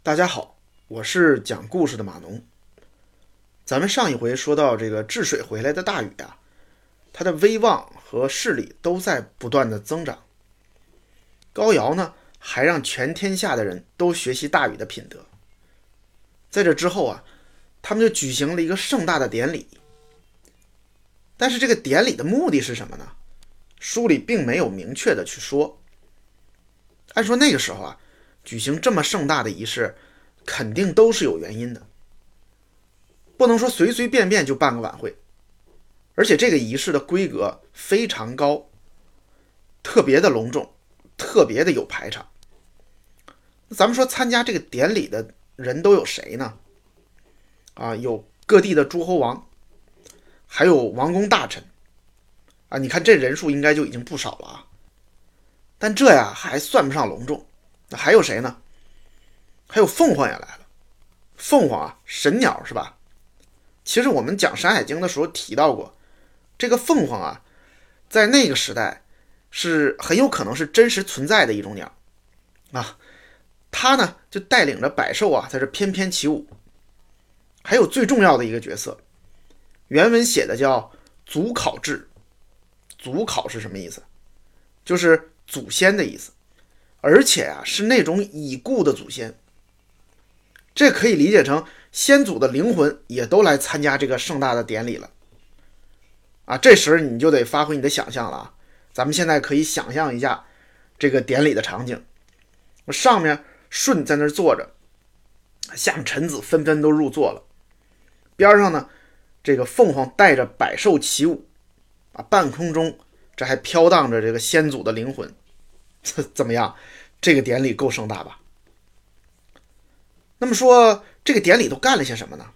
大家好，我是讲故事的马农。咱们上一回说到这个治水回来的大禹啊，他的威望和势力都在不断的增长。高尧呢，还让全天下的人都学习大禹的品德。在这之后啊，他们就举行了一个盛大的典礼。但是这个典礼的目的是什么呢？书里并没有明确的去说。按说那个时候啊，举行这么盛大的仪式肯定都是有原因的，不能说随随便便就办个晚会。而且这个仪式的规格非常高，特别的隆重，特别的有排场。咱们说参加这个典礼的人都有谁呢？有各地的诸侯王，还有王公大臣你看这人数应该就已经不少了啊。但这呀还算不上隆重。那还有谁呢？还有凤凰也来了。凤凰啊，神鸟是吧？其实我们讲《山海经》的时候提到过，这个凤凰啊，在那个时代是很有可能是真实存在的一种鸟啊。它呢就带领着百兽啊在这翩翩起舞。还有最重要的一个角色，原文写的叫祖考制。祖考是什么意思？就是祖先的意思，而且啊是那种已故的祖先。这可以理解成先祖的灵魂也都来参加这个盛大的典礼了这时你就得发挥你的想象了啊。咱们现在可以想象一下这个典礼的场景，上面舜在那儿坐着，下面臣子纷纷都入座了，边上呢这个凤凰带着百兽起舞半空中这还飘荡着这个先祖的灵魂。怎么样，这个典礼够盛大吧？那么说这个典礼都干了些什么呢？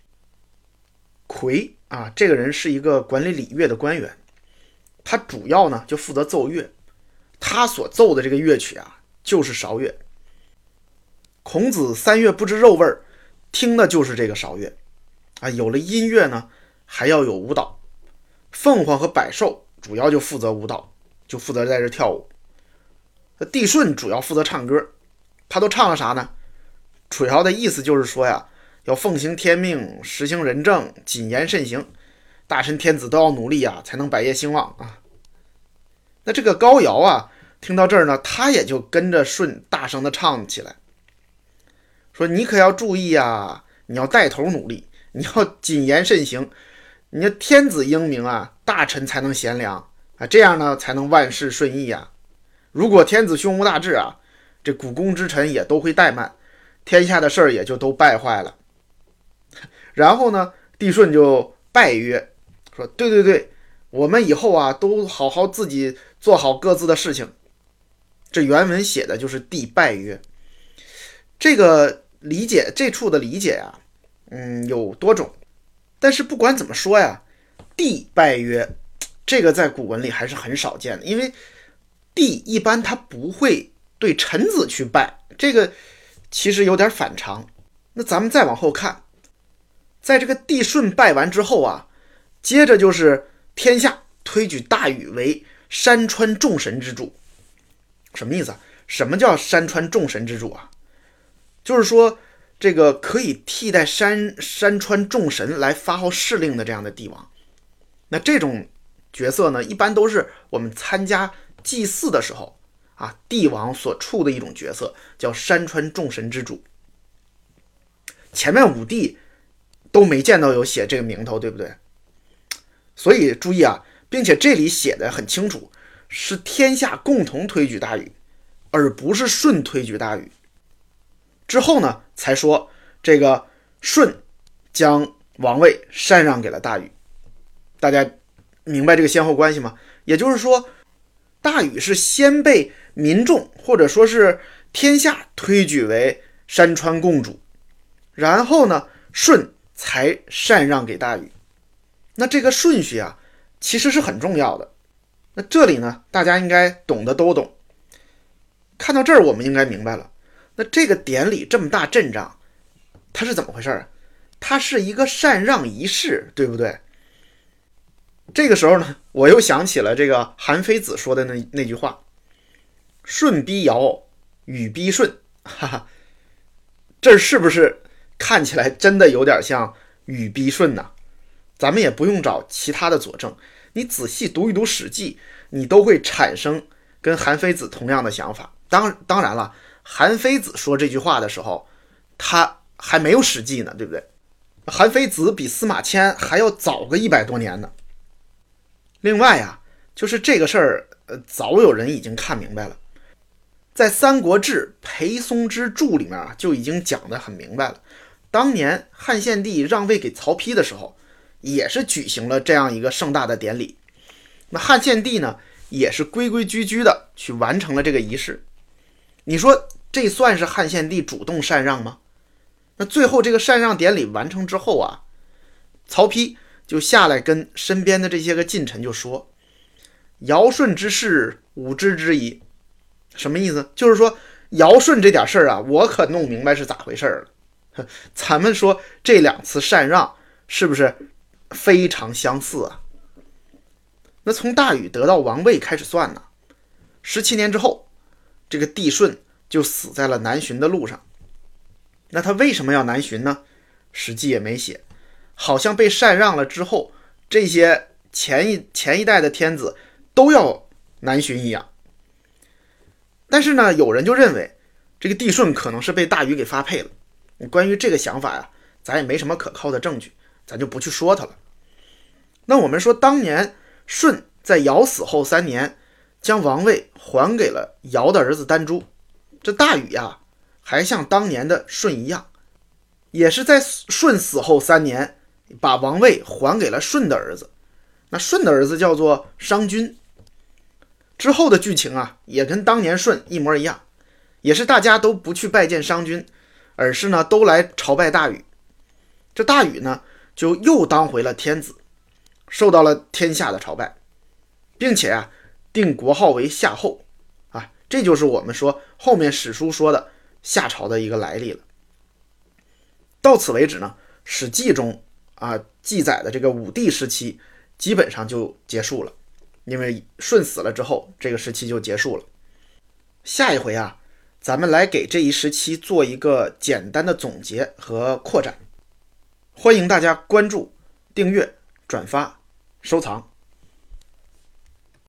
夔这个人是一个管理礼乐的官员，他主要呢就负责奏乐，他所奏的这个乐曲就是韶乐。孔子三乐不知肉味，听的就是这个韶乐有了音乐呢还要有舞蹈。凤凰和百兽主要就负责舞蹈，就负责在这跳舞。帝舜主要负责唱歌，他都唱了啥呢？主要的意思就是说呀，要奉行天命，实行仁政，谨言慎行，大臣天子都要努力才能百业兴旺那这个高尧听到这儿呢，他也就跟着舜大声的唱起来，说你可要注意你要带头努力，你要谨言慎行，你要天子英明大臣才能贤良这样呢才能万事顺意如果天子胸无大志这股肱之臣也都会怠慢，天下的事儿也就都败坏了。然后呢，帝舜就拜曰，说对，我们以后都好好自己做好各自的事情。这原文写的就是帝拜曰。这个理解，这处的理解有多种，但是不管怎么说帝拜曰这个在古文里还是很少见的，因为帝一般他不会对臣子去拜，这个其实有点反常。那咱们再往后看，在这个帝舜拜完之后接着就是天下推举大禹为山川众神之主。什么意思什么叫山川众神之主就是说这个可以替代山川众神来发号施令的这样的帝王。那这种角色呢，一般都是我们参加祭祀的时候帝王所处的一种角色，叫山川众神之主。前面5帝都没见到有写这个名头，对不对？所以注意并且这里写的很清楚，是天下共同推举大禹，而不是舜推举大禹。之后呢才说这个舜将王位禅让给了大禹。大家明白这个先后关系吗？也就是说大禹是先被民众或者说是天下推举为山川共主，然后呢舜才禅让给大禹。那这个顺序其实是很重要的。那这里呢大家应该懂的都懂。看到这儿我们应该明白了，那这个典礼这么大阵仗，它是怎么回事它是一个禅让仪式，对不对？这个时候呢，我又想起了这个韩非子说的那句话，舜逼尧，禹逼舜， 这是不是看起来真的有点像禹逼舜呢？咱们也不用找其他的佐证，你仔细读一读《史记》，你都会产生跟韩非子同样的想法。当然了，韩非子说这句话的时候，他还没有《史记》呢，对不对？韩非子比司马迁还要早个100多年呢。另外啊，就是这个事儿，早有人已经看明白了，在《三国志·裴松之注》里面啊，就已经讲得很明白了。当年汉献帝让位给曹丕的时候，也是举行了这样一个盛大的典礼。那汉献帝呢，也是规规矩矩的去完成了这个仪式。你说这算是汉献帝主动禅让吗？那最后这个禅让典礼完成之后啊，曹丕就下来跟身边的这些个近臣就说：“尧舜之事，吾知之矣。”什么意思？就是说尧舜这点事儿啊，我可弄明白是咋回事了。咱们说这2次禅让是不是非常相似啊？那从大禹得到王位开始算呢，17年之后，这个帝舜就死在了南巡的路上。那他为什么要南巡呢？史记也没写，好像被禅让了之后，这些前一代的天子都要南巡一样。但是呢，有人就认为这个帝舜可能是被大禹给发配了。关于这个想法呀，咱也没什么可靠的证据，咱就不去说它了。那我们说，当年舜在尧死后3年，将王位还给了尧的儿子丹朱。这大禹呀，还像当年的舜一样，也是在舜死后3年，把王位还给了舜的儿子。那舜的儿子叫做商均。之后的剧情啊，也跟当年舜一模一样，也是大家都不去拜见商均，而是呢都来朝拜大禹。这大禹呢，就又当回了天子，受到了天下的朝拜，并且啊定国号为夏后啊，这就是我们说后面史书说的夏朝的一个来历了。到此为止呢，史记中记载的这个武帝时期基本上就结束了，因为舜死了之后，这个时期就结束了。下一回啊，咱们来给这一时期做一个简单的总结和扩展。欢迎大家关注、订阅、转发、收藏。